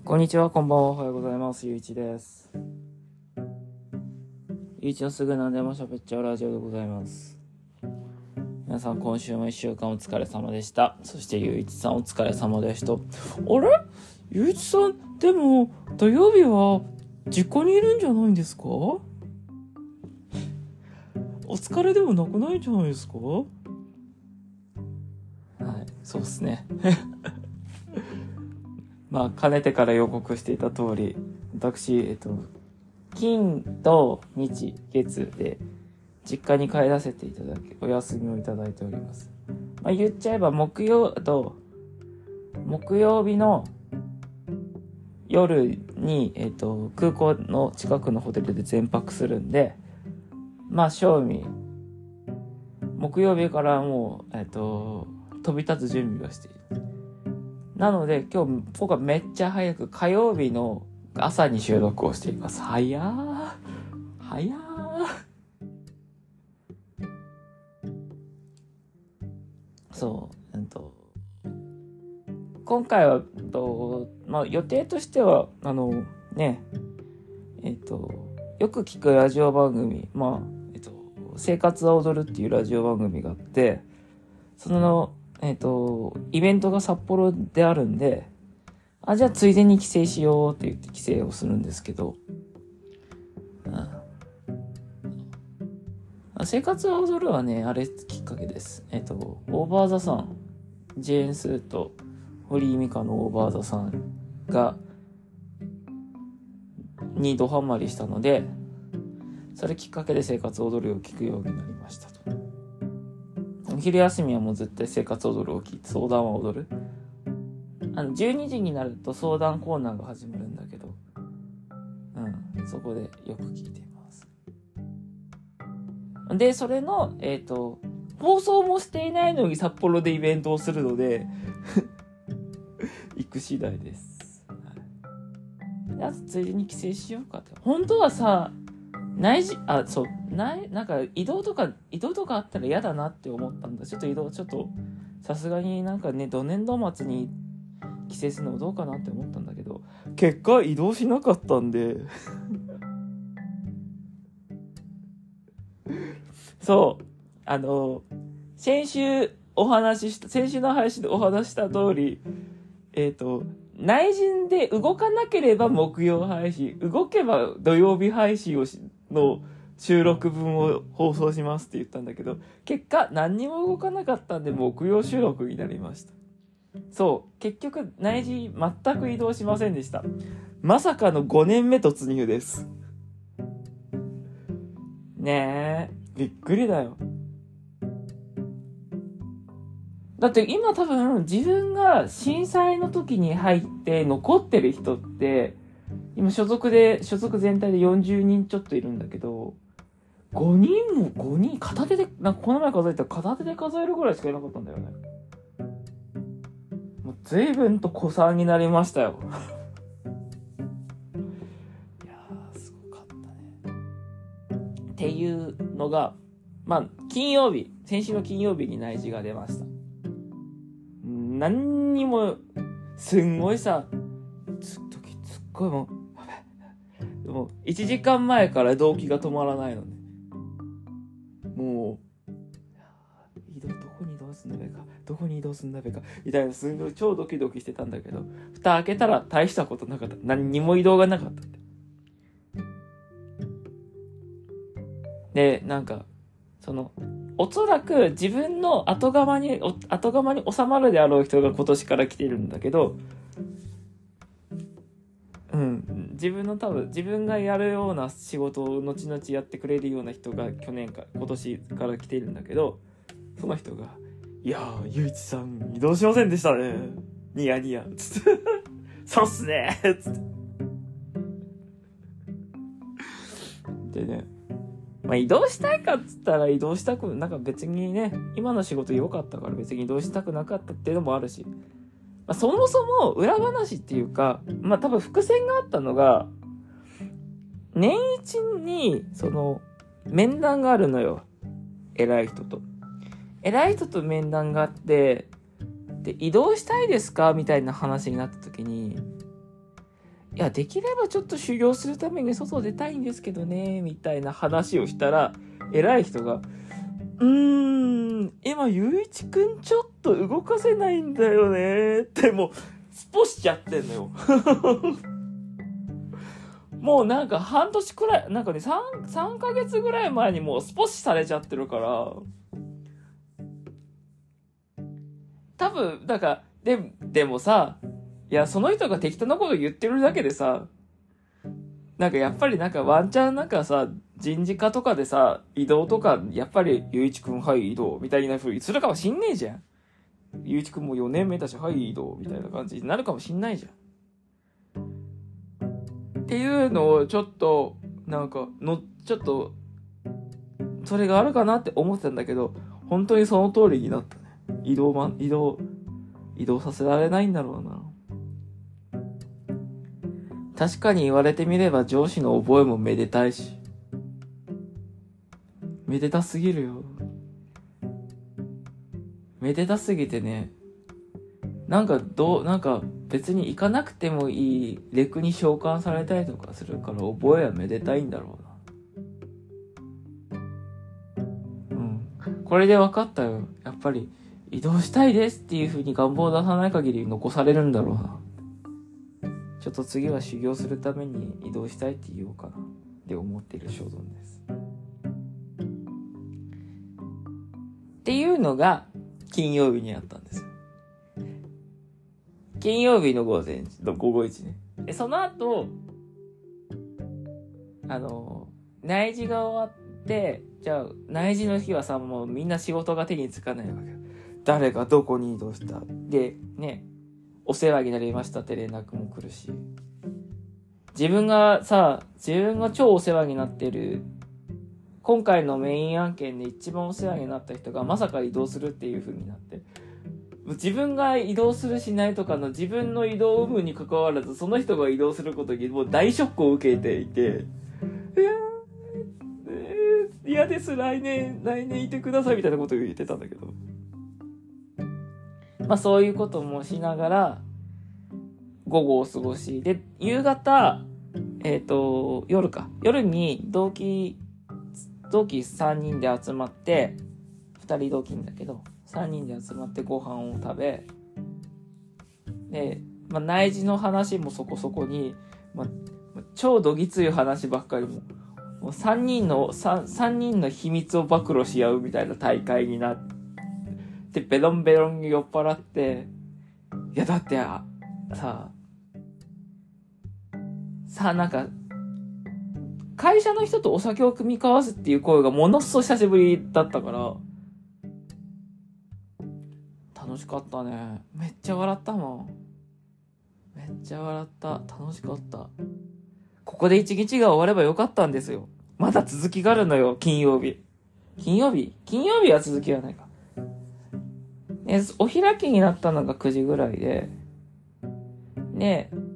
こんにちは、こんばんは、おはようございます。ゆういちです。ゆういちのすぐ何でも喋っちゃうラジオでございます。皆さん、今週も1週間お疲れ様でした。そしてゆういちさんお疲れ様でした。あれゆういちさん、でも土曜日は実家にいるんじゃないんですか？お疲れでもなくないんじゃないですか？はい、そうですね。かねてから予告していた通り、私、金土日月で実家に帰らせていただき、お休みをいただいております。言っちゃえば木曜日の夜に、空港の近くのホテルで全泊するんで、正味、木曜日からもう、飛び立つ準備をしている。なので今日僕はめっちゃ早く火曜日の朝に収録をしています。早ー。そう、今回は予定としてはよく聞くラジオ番組、生活は踊るっていうラジオ番組があって、そのイベントが札幌であるんで、じゃあついでに帰省しようって言って帰省をするんですけど、生活は踊るはね、あれきっかけです。オーバーザさん、ジェーンスーと堀井美香のオーバーザさんにドハマりしたので、それきっかけで生活踊るを聞くようになりましたと。昼休みはもう絶対生活踊るを聞いて相談は踊る。12時になると相談コーナーが始まるんだけど、そこでよく聞いています。で、それの、放送もしていないのに札幌でイベントをするので、行く次第です。はい、あとついでに帰省しようかって。本当はさ、なんか移動とかあったら嫌だなって思ったんだ。ちょっとさすがに土年度末に帰省するのもどうかなって思ったんだけど、結果移動しなかったんでそう先週の配信でお話した通り、内陣で動かなければ木曜配信、動けば土曜日配信の収録分を放送しますって言ったんだけど、結果何にも動かなかったんで木曜収録になりました。そう、結局内陣全く移動しませんでした。まさかの5年目突入です。ねえ、びっくりだよ。だって今多分自分が震災の時に入って残ってる人って今所属全体で40人ちょっといるんだけど、5人片手でこの前数えたら片手で数えるぐらいしかいなかったんだよね。もう随分と古参になりましたよ。いやーすごかったね。っていうのが先週の金曜日に内示が出ました。何にもすんごいさ、すっごいもう1時間前から動機が止まらないのね。もうどこに移動すんだべかみたいな、すごい超ドキドキしてたんだけど、蓋開けたら大したことなかった。何にも移動がなかったって。でおそらく自分の後釜に収まるであろう人が今年から来てるんだけど、自分がやるような仕事を後々やってくれるような人が今年から来てるんだけど、その人がいやーゆういちさん移動しませんでしたね、ニヤニヤつってそうっすねつってでね、移動したいかっつったら移動したく別にね、今の仕事良かったから別に移動したくなかったっていうのもあるし、そもそも裏話っていうか、多分伏線があったのが、年一に面談があるのよ。偉い人と面談があって、で移動したいですかみたいな話になった時に、 いや、できればちょっと修行するために外出たいんですけどね、みたいな話をしたら、偉い人が、今、ゆういちくんちょっと動かせないんだよね、ってもう、スポしちゃってんのよ。もうなんか半年くらい、なんかね、3ヶ月ぐらい前にもうスポしされちゃってるから、多分、だから、でもさ、いや、その人が適当なこと言ってるだけでさ、なんかやっぱりなんかワンチャンなんかさ、人事課とかでさ、移動とか、やっぱり、ゆういちくん、はい、移動、みたいな風にするかもしんねえじゃん。ゆういちくんも4年目だし、はい、移動、みたいな感じになるかもしんないじゃん。っていうのを、ちょっと、ちょっと、それがあるかなって思ってたんだけど、本当にその通りになったね。移動させられないんだろうな。確かに言われてみれば上司の覚えもめでたいし。めでたすぎるよ。めでたすぎてね。なんか別に行かなくてもいいレクに召喚されたりとかするから覚えはめでたいんだろうな。これで分かったよ。やっぱり移動したいですっていう風に願望を出さない限り残されるんだろうな。ちょっと次は修行するために移動したいって言おうかなって思っている所存です。っていうのが金曜日にあったんですよ。金曜日の午後1ね。で、その後、内示が終わって、じゃあ、内示の日はさ、もうみんな仕事が手につかないわけよ。誰がどこに移動したで、ね、お世話になりましたって連絡も来るし。自分が超お世話になってる、今回のメイン案件で一番お世話になった人がまさか移動するっていう風になって、自分が移動するしないとかの自分の移動有無に関わらず、その人が移動することにもう大ショックを受けていて、嫌です、来年いてくださいみたいなことを言ってたんだけど、まあそういうこともしながら午後を過ごし、で夕方夜に同期3人で集まって、2人同期んだけど3人で集まってご飯を食べで、内示の話もそこそこに、超どぎつい話ばっかりもう3人の秘密を暴露し合うみたいな大会になってベロンベロンに酔っ払って、いやだってなんか会社の人とお酒を組み交わすっていう行為がものすごい久しぶりだったから楽しかったね。めっちゃ笑ったもん。めっちゃ笑った。楽しかった。ここで一日が終わればよかったんですよ。まだ続きがあるのよ。金曜日は続きはないか。お開きになったのが9時ぐらいで、ねえ、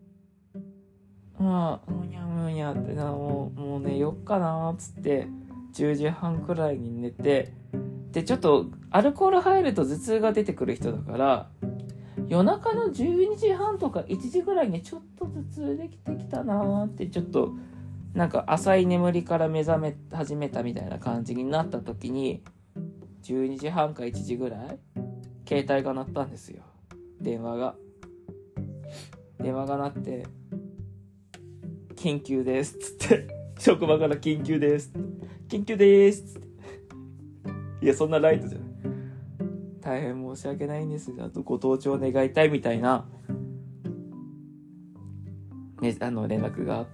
むにゃってもう寝よっかなーっつって10時半くらいに寝て、でちょっとアルコール入ると頭痛が出てくる人だから、夜中の12時半とか1時ぐらいにちょっと頭痛できてきたなーって、ちょっとなんか浅い眠りから目覚め始めたみたいな感じになった時に、12時半か1時ぐらい携帯が鳴ったんですよ。電話が鳴って、緊急ですっつって職場から緊急ですっつって、いやそんなライトじゃない、大変申し訳ないんですがご登庁願いたいみたいな、ね、連絡があって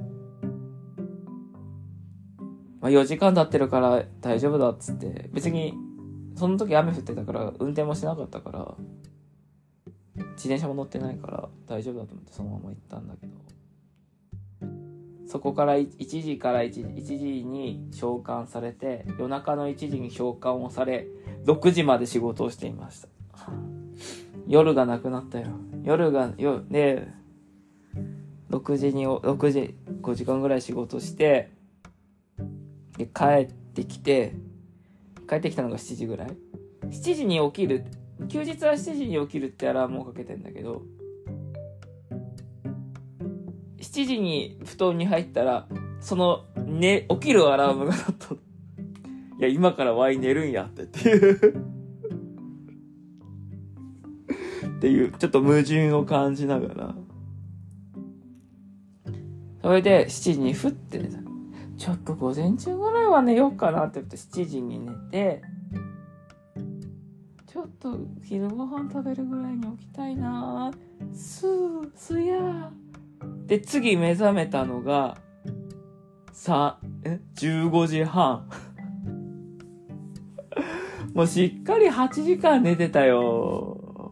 、4時間経ってるから大丈夫だっつって、別にその時雨降ってたから運転もしなかったから、自転車も乗ってないから大丈夫だと思ってそのまま行ったんだけど、そこから1時から1時に召喚されて、夜中の1時に召喚をされ、6時まで仕事をしていました。夜がなくなったよ。で6時5時間ぐらい仕事して、で帰ってきたのが7時ぐらい。7時に起きる、休日は7時に起きるってアラームをかけてんだけど、 7時に布団に入ったら、その、起きるアラームが鳴った。いや、今からワイ寝るんやっていうっていう、ちょっと矛盾を感じながら。それで、7時にふって寝た。ちょっと午前中ぐらいは寝ようかなって言って、7時に寝て、ちょっと昼ご飯食べるぐらいに起きたいなぁ。すやー。で、次目覚めたのが、15時半。もうしっかり8時間寝てたよ。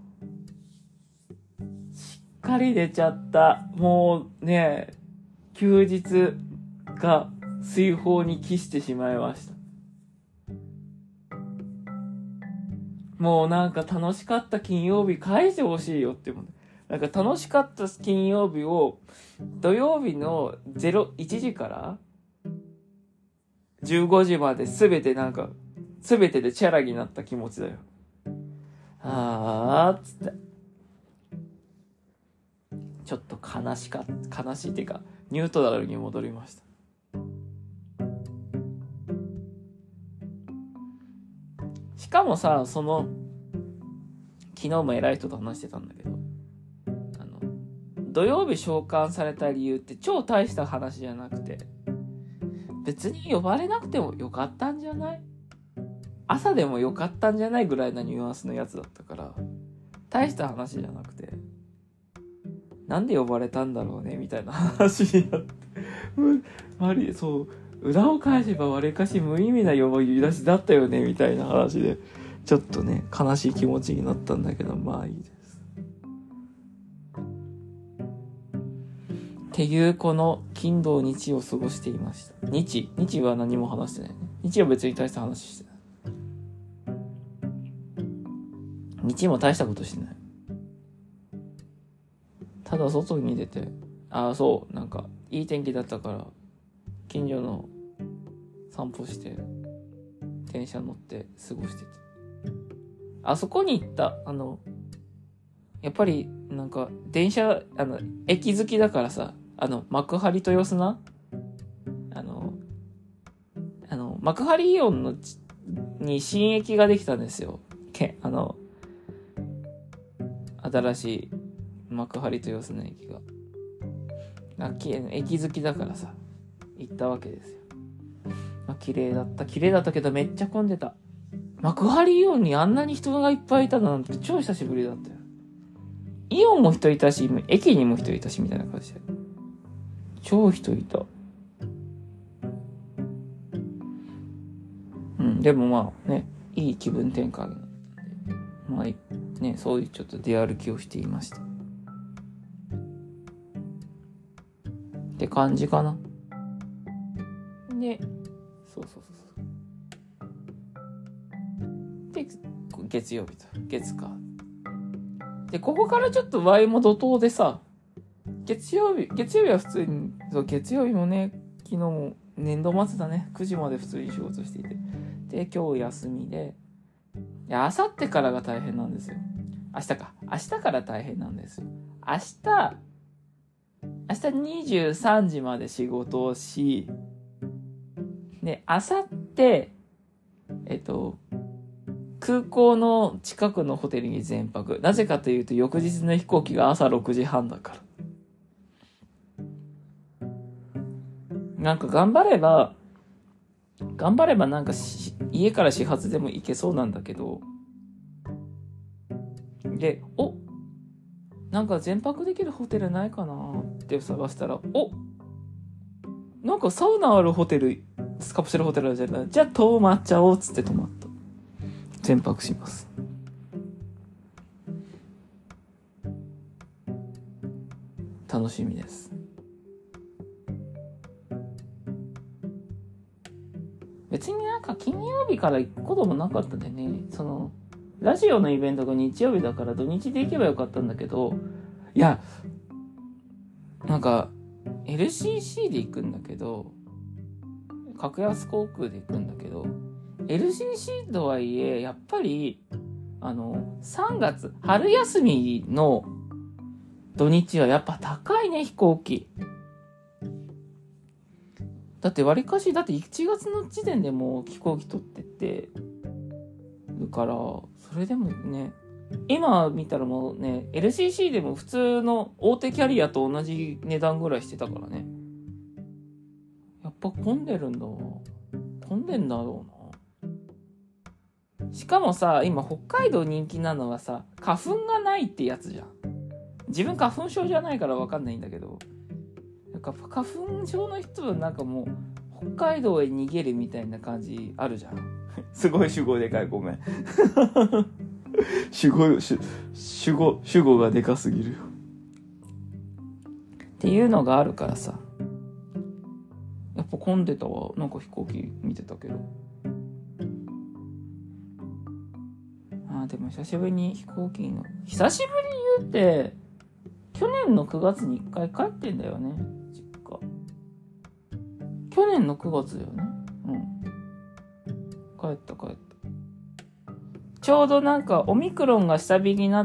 しっかり寝ちゃった。もうね、休日が水泡に帰してしまいました。もうなんか楽しかった金曜日返してほしいよって思う。なんか楽しかった金曜日を土曜日の1時から15時まで全てでチャラになった気持ちだよ。つって。ちょっと悲しいっていうか、ニュートラルに戻りました。しかもさ、昨日も偉い人と話してたんだけど、土曜日召喚された理由って超大した話じゃなくて、別に呼ばれなくてもよかったんじゃない？朝でもよかったんじゃないぐらいなニュアンスのやつだったから、大した話じゃなくて、なんで呼ばれたんだろうねみたいな話になってそう裏を返せばわりかし無意味な呼び出しだったよねみたいな話で、ちょっとね悲しい気持ちになったんだけど、まあいいです。っていうこの金土日を過ごしていました。日は何も話してないね。日は別に大した話してない。日も大したことしてない。ただ外に出て、なんかいい天気だったから近所の散歩して電車乗って過ごしてて、あそこに行った。やっぱりなんか電車駅好きだからさ、幕張豊砂幕張イオンに新駅ができたんですよ。新しい幕張豊砂駅が。駅好きだからさ、行ったわけですよ。綺麗だったけどめっちゃ混んでた。幕張イオンにあんなに人がいっぱいいたなんて超久しぶりだったよ。イオンも人いたし、駅にも人いたしみたいな感じで。超人いた。でもまあね、いい気分転換になったんで、まあね、そういうちょっと出歩きをしていました。って感じかな。で、そう。で、月曜日と、月火。で、ここからちょっとワイも怒涛でさ、月曜日は普通に、月曜日もね、昨日も年度末だね、9時まで普通に仕事していて。で、今日休みで、明後日からが大変なんですよ。明日から大変なんですよ。明日23時まで仕事をし、で、明後日、空港の近くのホテルに全泊。なぜかというと、翌日の飛行機が朝6時半だから。なんか頑張ればなんか家から始発でも行けそうなんだけど、で、なんか全泊できるホテルないかなって探したら、なんかサウナあるホテル、カプセルホテルあるじゃない。じゃあ泊まっちゃおうっつって泊まった。全泊します。楽しみです。別になんか金曜日から行くこともなかったんでね、ラジオのイベントが日曜日だから土日で行けばよかったんだけど、いや、なんか LCC で行くんだけど、格安航空で行くんだけど、LCC とはいえやっぱり3月春休みの土日はやっぱ高いね、飛行機。 だって割かし、だって1月の時点でもう飛行機取っててるから、それでもね、今見たらもうね、LCC でも普通の大手キャリアと同じ値段ぐらいしてたからね。やっぱ混んでるんだわ。混んでんだろうな。しかもさ、今北海道人気なのはさ、花粉がないってやつじゃん。自分花粉症じゃないから分かんないんだけど、なんか花粉症の人はなんかもう北海道へ逃げるみたいな感じあるじゃん。すごい主語でかい、ごめん。主語がでかすぎるよ。っていうのがあるからさ、やっぱ混んでたわ。なんか飛行機見てたけど。でも久しぶりに飛行機の、久しぶり言うて、去年の9月に1回帰ってんだよね、実家。去年の9月だよね。帰った。ちょうどなんかオミクロンが下火になって、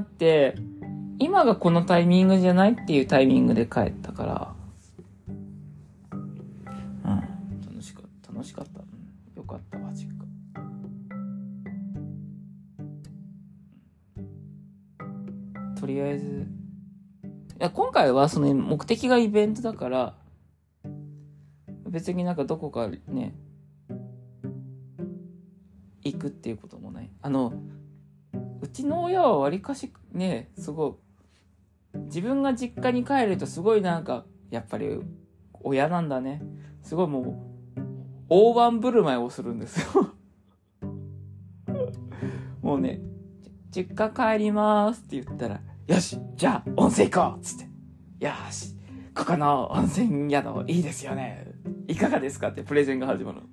今がこのタイミングじゃないっていうタイミングで帰ったから、楽しかった。よかったわ、実家。とりあえず、今回はその目的がイベントだから、別になんかどこかね、行くっていうこともない。うちの親はわりかしね、すごい、自分が実家に帰るとすごいなんか、やっぱり親なんだね。すごいもう、大盤振る舞いをするんですよ。もうね、実家帰りますって言ったら、よし、じゃあ温泉行こうっつって。よし、ここの温泉宿いいですよね。いかがですかってプレゼンが始まる。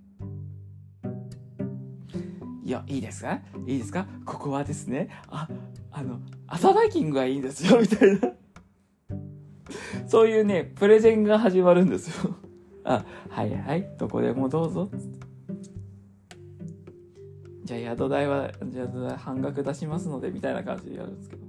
いや、いいですかここはですね、朝バイキングがいいんですよ、みたいな。そういうね、プレゼンが始まるんですよ。はい、どこでもどうぞ。じゃあ宿代は半額出しますので、みたいな感じでやるんですけど。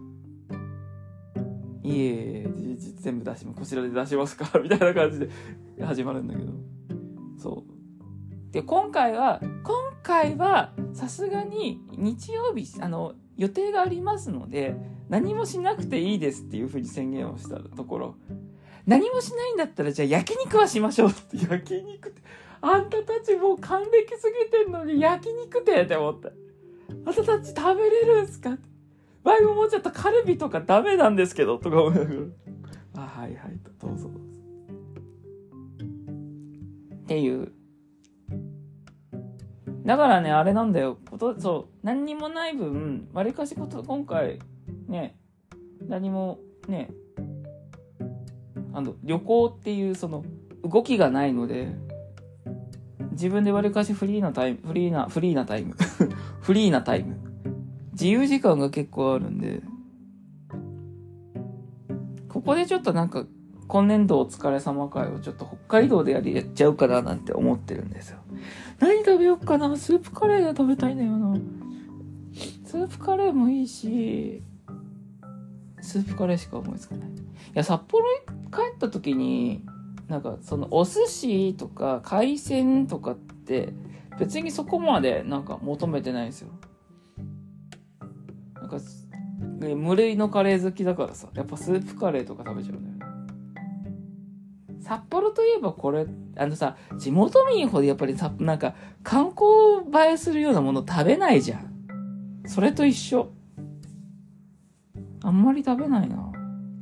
いえ、全部出します。こちらで出しますから、みたいな感じで始まるんだけど。そう。で、今回は、さすがに日曜日、予定がありますので、何もしなくていいですっていうふうに宣言をしたところ、何もしないんだったら、じゃあ焼肉はしましょうって、焼肉って、あんたたちもう還暦すぎてんのに焼肉って思った。あんたたち食べれるんすかって。前ももうちょっとカルビとかダメなんですけど、とか思いながら。はい、どうぞ。っていう。だからね、あれなんだよ。そう、何にもない分、わりかし今回、ね、何も、ね、旅行っていうその、動きがないので、自分でわりかしフリーなタイム。自由時間が結構あるんで、ここでちょっとなんか、今年度お疲れ様会をちょっと北海道でやっちゃうかななんて思ってるんですよ。何食べようかな。スープカレーが食べたいんだよな。スープカレーもいいし、スープカレーしか思いつかない。いや、札幌帰った時に、なんかそのお寿司とか海鮮とかって別にそこまでなんか求めてないんですよ。なんか無類のカレー好きだからさ、やっぱスープカレーとか食べちゃうんだよね。札幌といえばこれ、地元民ほどやっぱりなんか観光映えするようなもの食べないじゃん。それと一緒。あんまり食べないな。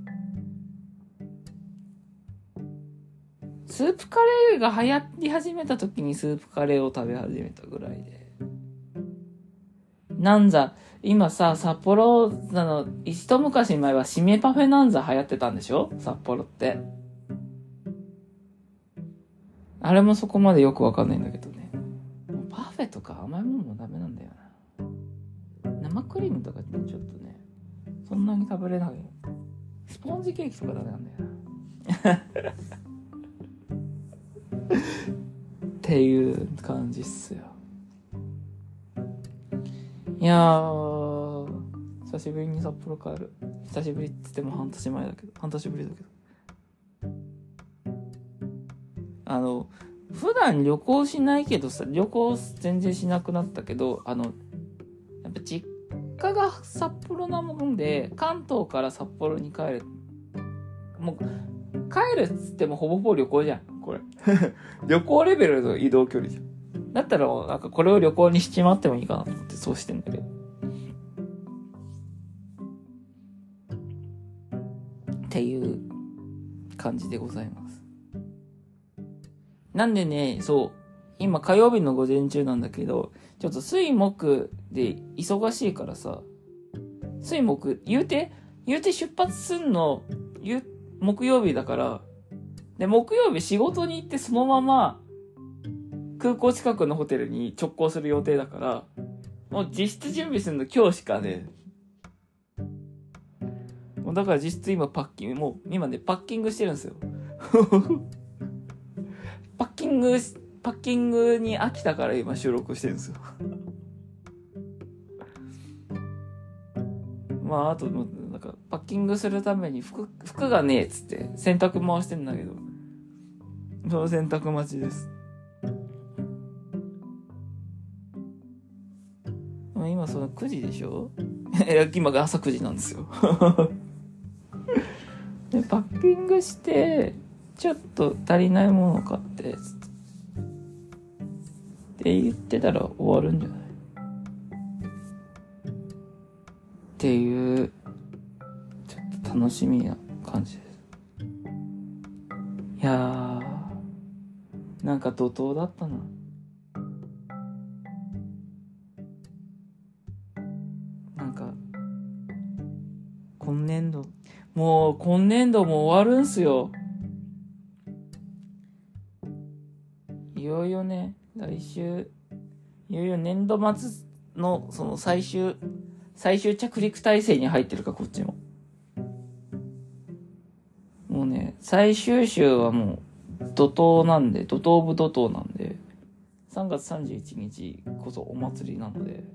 スープカレーが流行り始めた時にスープカレーを食べ始めたぐらいで。今さ、札幌、一昔前は締めパフェなんざ流行ってたんでしょ？札幌って。あれもそこまでよくわかんないんだけどね。パフェとか甘いものもダメなんだよな。生クリームとかちょっとね、そんなに食べれない。スポンジケーキとかダメなんだよな。っていう感じっすよ。いやー、久しぶりに札幌帰る。久しぶりって言っても半年ぶりだけど。 普段旅行しないけどさ、旅行全然しなくなったけど、やっぱ実家が札幌なもんで、関東から札幌に帰る。もう、帰るっつってもほぼほぼ旅行じゃん、これ。旅行レベルの移動距離じゃん。だったら、なんかこれを旅行にしちまってもいいかなと思ってそうしてんだけど。っていう感じでございます。なんでね、そう、今火曜日の午前中なんだけど、ちょっと水木で忙しいからさ、水木、言うて出発すんの、木曜日だから、で、木曜日仕事に行ってそのまま、空港近くのホテルに直行する予定だから、もう実質準備するの今日しかね、もうだから実質今パッキングしてるんですよ。パッキングに飽きたから今収録してるんですよ。まああとなんかパッキングするために服がねえっつって洗濯回してんだけど、その洗濯待ちです。今その9時でしょ？今が朝9時なんですよ。でパッキングしてちょっと足りないもの買ってって言ってたら終わるんじゃないっていうちょっと楽しみな感じです。いやー、なんか怒涛だったな。なんか今年度も終わるんすよ。いよいよね、来週いよいよ年度末のその最終着陸体制に入ってるか、こっちも。もうね、最終週はもう怒涛なんで、怒涛オブ怒涛なんで、3月31日こそお祭りなので、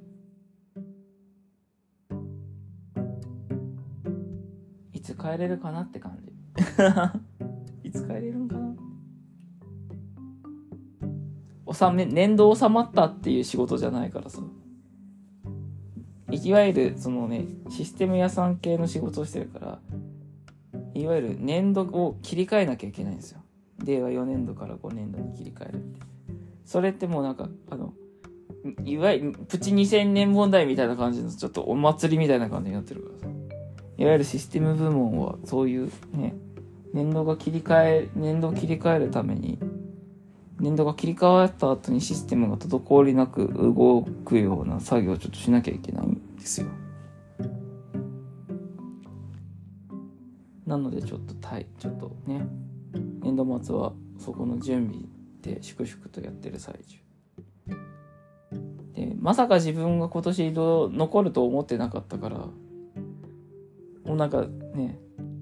いつ帰れるかなって感じ。いつ帰れるんかな。年度収まったっていう仕事じゃないからさ。いわゆるそのね、システム屋さん系の仕事をしてるから、いわゆる年度を切り替えなきゃいけないんですよ。令和4年度から5年度に切り替えるって。それってもうなんかいわゆるプチ2000年問題みたいな感じのちょっとお祭りみたいな感じになってるからさ。いわゆるシステム部門はそういうね、年度切り替えるために、年度が切り替わった後にシステムが滞りなく動くような作業をちょっとしなきゃいけないんですよ。なのでちょっとね、年度末はそこの準備で粛々とやってる最中で、まさか自分が今年残ると思ってなかったから、もうなんかね、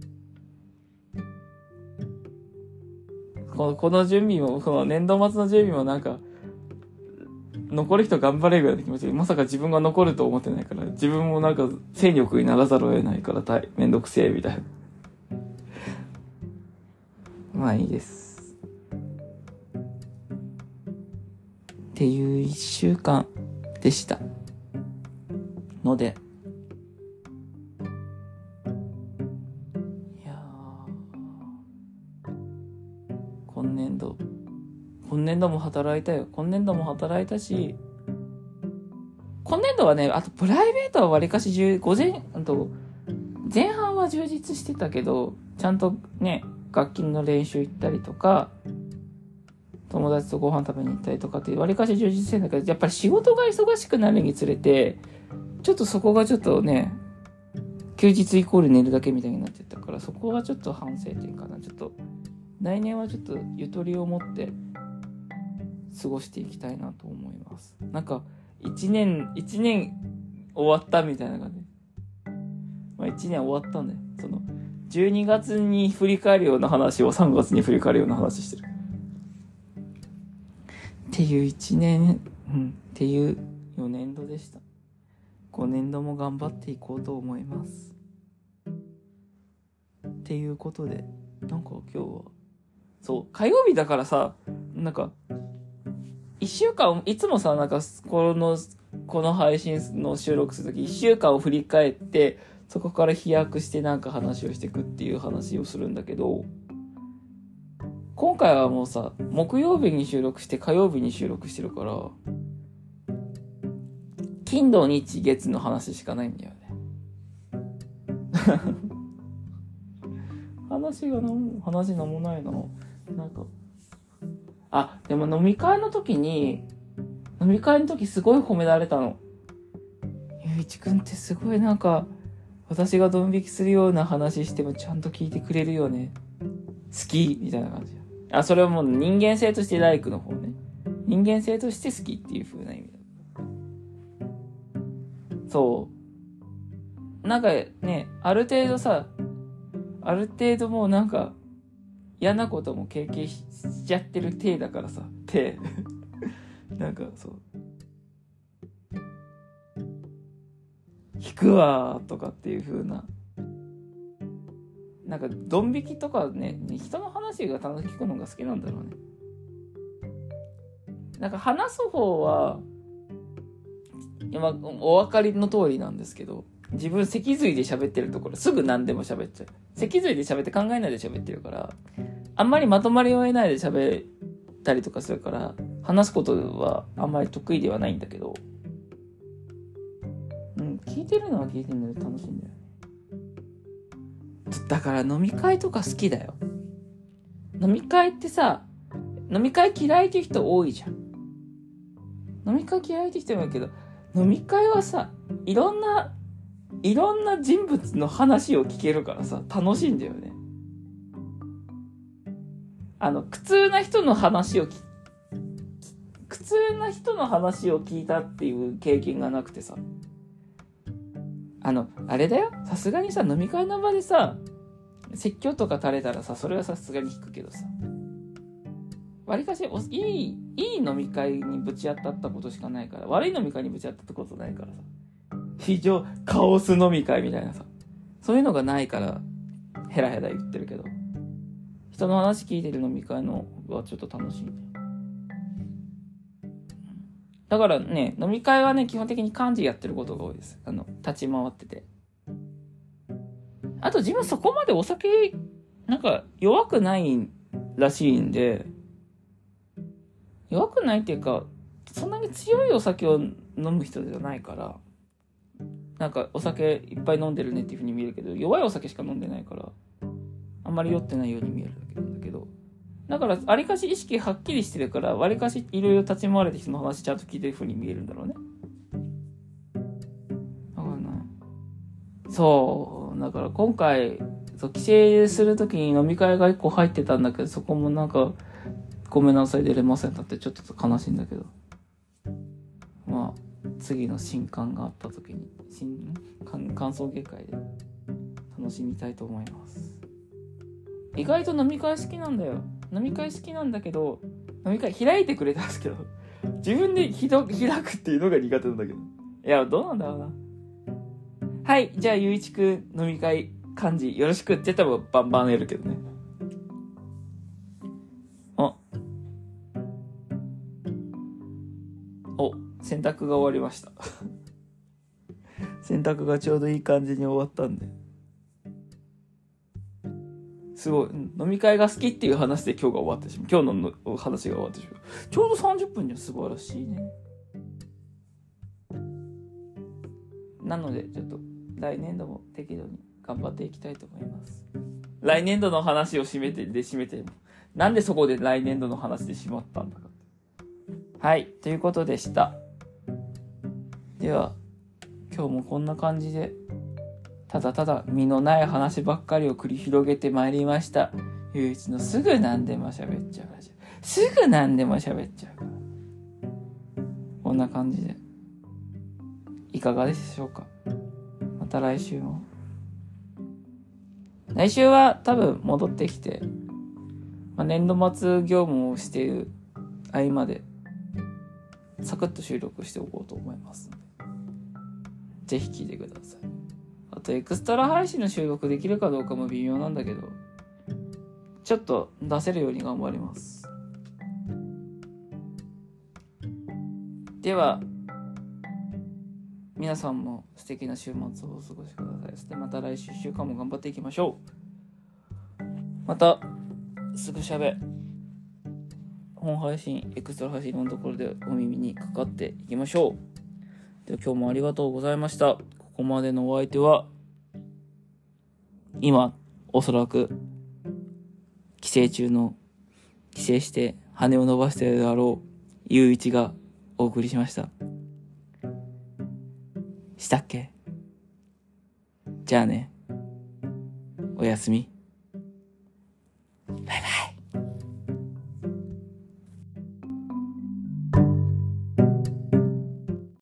この準備も、この年度末の準備もなんか残る人頑張れるぐらいの気持ちで、まさか自分が残ると思ってないから、自分もなんか戦力にならざるを得ないから、めんどくせえみたいな。まあいいですっていう1週間でしたので、いや今年度も働いたよ。今年度も働いたし、今年度はね、あとプライベートはわりかし前半は充実してたけど、ちゃんとね、楽器の練習行ったりとか、友達とご飯食べに行ったりとかってわりかし充実してんだけど、やっぱり仕事が忙しくなるにつれて、ちょっとそこがちょっとね、休日イコール寝るだけみたいになってたから、そこはちょっと反省点かな。ちょっと来年はちょっとゆとりを持って過ごしていきたいなと思います。なんか1年終わったみたいな感じ。まあ1年終わったんだよ。その12月に振り返るような話を3月に振り返るような話してる。っていう1年、っていう4年度でした。5年度も頑張っていこうと思います。っていうことで、なんか今日はそう火曜日だからさ、なんか1週間いつもさ、なんかこの配信の収録するとき1週間を振り返ってそこから飛躍してなんか話をしていくっていう話をするんだけど、今回はもうさ木曜日に収録して火曜日に収録してるから金土日月の話しかないんだよね話なんもないな。なんかでも飲み会の時すごい褒められたの。ゆういちくんってすごいなんか私がドン引きするような話してもちゃんと聞いてくれるよね、好きみたいな感じ。それはもう人間性としてライクの方ね。人間性として好きっていう風な意味だ。そうなんかね、ある程度もうなんか嫌なことも経験しちゃってる体だからさ、なんかそう引くわとかっていう風な、なんかドン引きとかね、人の話が楽しく聞くのが好きなんだろうね。なんか話す方は今お分かりの通りなんですけど、自分脊髄で喋ってるところすぐ何でも喋っちゃう。脊髄で喋って考えないで喋ってるから、あんまりまとまりを得ないで喋ったりとかするから話すことはあんまり得意ではないんだけど、聞いてるのは聞いてるので楽しいんだよね。だから飲み会とか好きだよ。飲み会ってさ、飲み会嫌いって人多いじゃん。飲み会嫌いって人もいるけど、飲み会はさ、いろんな人物の話を聞けるからさ、楽しいんだよね。苦痛な人の話を聞いたっていう経験がなくてさ、あれだよ、さすがにさ飲み会の場でさ説教とか垂れたらさ、それはさすがに引くけどさ、わりかしいい飲み会にぶち当たったことしかないから、悪い飲み会にぶち当たったことないからさ、非常カオス飲み会みたいなさ、そういうのがないからヘラヘラ言ってるけど、人の話聞いてる飲み会のはちょっと楽しいね。だからね、飲み会はね基本的に幹事やってることが多いです。立ち回ってて、あと自分そこまでお酒なんか弱くないらしいんで、弱くないっていうかそんなに強いお酒を飲む人じゃないから、なんかお酒いっぱい飲んでるねっていう風に見えるけど、弱いお酒しか飲んでないからあんまり酔ってないように見えるだけなんだけど、だからわりかし意識はっきりしてるから、わりかしいろいろ立ち回れて人の話ちゃんと聞いてる風に見えるんだろうね。だからな、そうだから今回帰省するときに飲み会が1個入ってたんだけど、そこもなんかごめんなさい出れませんだってちょっと悲しいんだけど、まあ次の新刊があったときに感想芸会で楽しみたいと思います。意外と飲み会好きなんだよ。飲み会好きなんだけど、飲み会開いてくれたんですけど、自分で開くっていうのが苦手なんだけど、いやどうなんだろうな。はい、じゃあゆういちくん飲み会幹事よろしくって言ったらバンバンやるけどね。洗濯が終わりました洗濯がちょうどいい感じに終わったんで、すごい飲み会が好きっていう話で今日が終わってしまう。今日の話が終わってしまう。ちょうど30分には素晴らしいね。なのでちょっと来年度も適度に頑張っていきたいと思います。来年度の話を締めてなんでそこで来年度の話で締まったんだか。はいということでした。では今日もこんな感じでただただ身のない話ばっかりを繰り広げてまいりました。ゆういちのすぐ何でも喋っちゃうラジオ。すぐ何でも喋っちゃうから。こんな感じでいかがでしょうか。また来週も。来週は多分戻ってきて、年度末業務をしている合間でサクッと収録しておこうと思いますので、ぜひ聞いてください。あとエクストラ配信の収録できるかどうかも微妙なんだけど、 ちょっと出せるように頑張ります。では皆さんも素敵な週末をお過ごしください。そしてまた来週1週間も頑張っていきましょう。またすぐしゃべ本配信エクストラ配信のところでお耳にかかっていきましょう。では今日もありがとうございました。ここまでのお相手は今おそらく帰省して羽を伸ばしているであろうゆういちがお送りしました。したっけ？じゃあね。おやすみ。